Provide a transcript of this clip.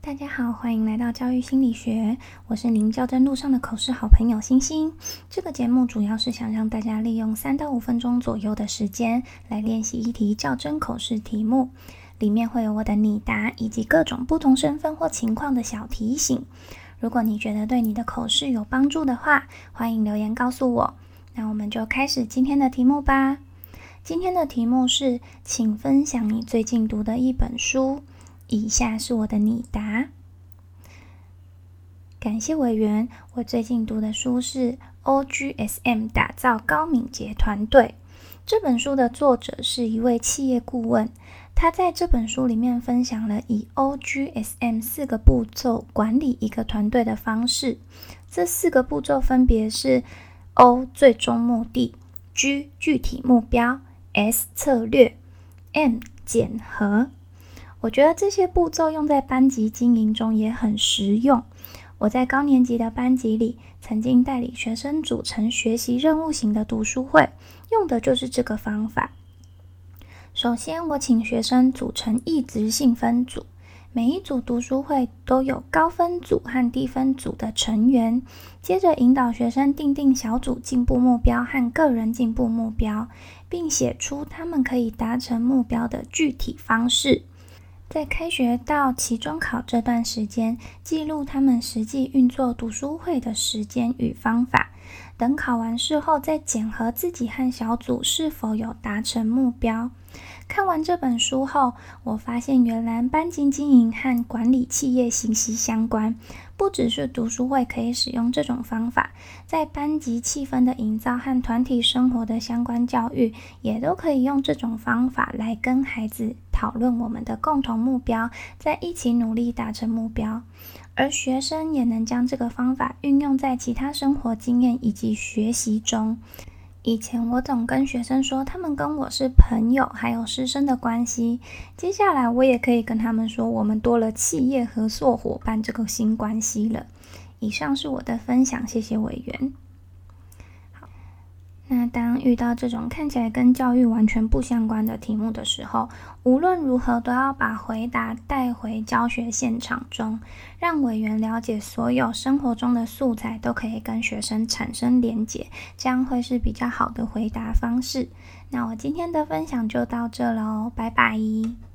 大家好，欢迎来到教育心理学，我是您教甄路上的口试好朋友星星。这个节目主要是想让大家利用3到5分钟左右的时间来练习一题教甄口试题目，里面会有我的拟答以及各种不同身份或情况的小提醒。如果你觉得对你的口试有帮助的话，欢迎留言告诉我。那我们就开始今天的题目吧。今天的题目是，请分享你最近读的一本书。以下是我的拟答。感谢委员，我最近读的书是 OGSM 打造高敏捷团队。这本书的作者是一位企业顾问，他在这本书里面分享了以 OGSM 4个步骤管理一个团队的方式。这4个步骤分别是 O 最终目的， G 具体目标， S 策略， M 检核。我觉得这些步骤用在班级经营中也很实用。我在高年级的班级里，曾经带领学生组成学习任务型的读书会，用的就是这个方法。首先，我请学生组成异质性分组，每一组读书会都有高分组和低分组的成员，接着引导学生订定小组进步目标和个人进步目标，并写出他们可以达成目标的具体方式。在开学到期中考这段时间，记录他们实际运作读书会的时间与方法。等考完试后，再检核自己和小组是否有达成目标。看完这本书后，我发现原来班级经营和管理企业息息相关，不只是读书会可以使用这种方法，在班级气氛的营造和团体生活的相关教育，也都可以用这种方法来跟孩子讨论我们的共同目标，再一起努力达成目标。而学生也能将这个方法运用在其他生活经验以及学习中。以前我总跟学生说他们跟我是朋友还有师生的关系，接下来我也可以跟他们说我们多了企业合作伙伴这个新关系了。以上是我的分享，谢谢委员。那当遇到这种看起来跟教育完全不相关的题目的时候，无论如何都要把回答带回教学现场中，让委员了解所有生活中的素材都可以跟学生产生连结，这样会是比较好的回答方式。那我今天的分享就到这咯，拜拜。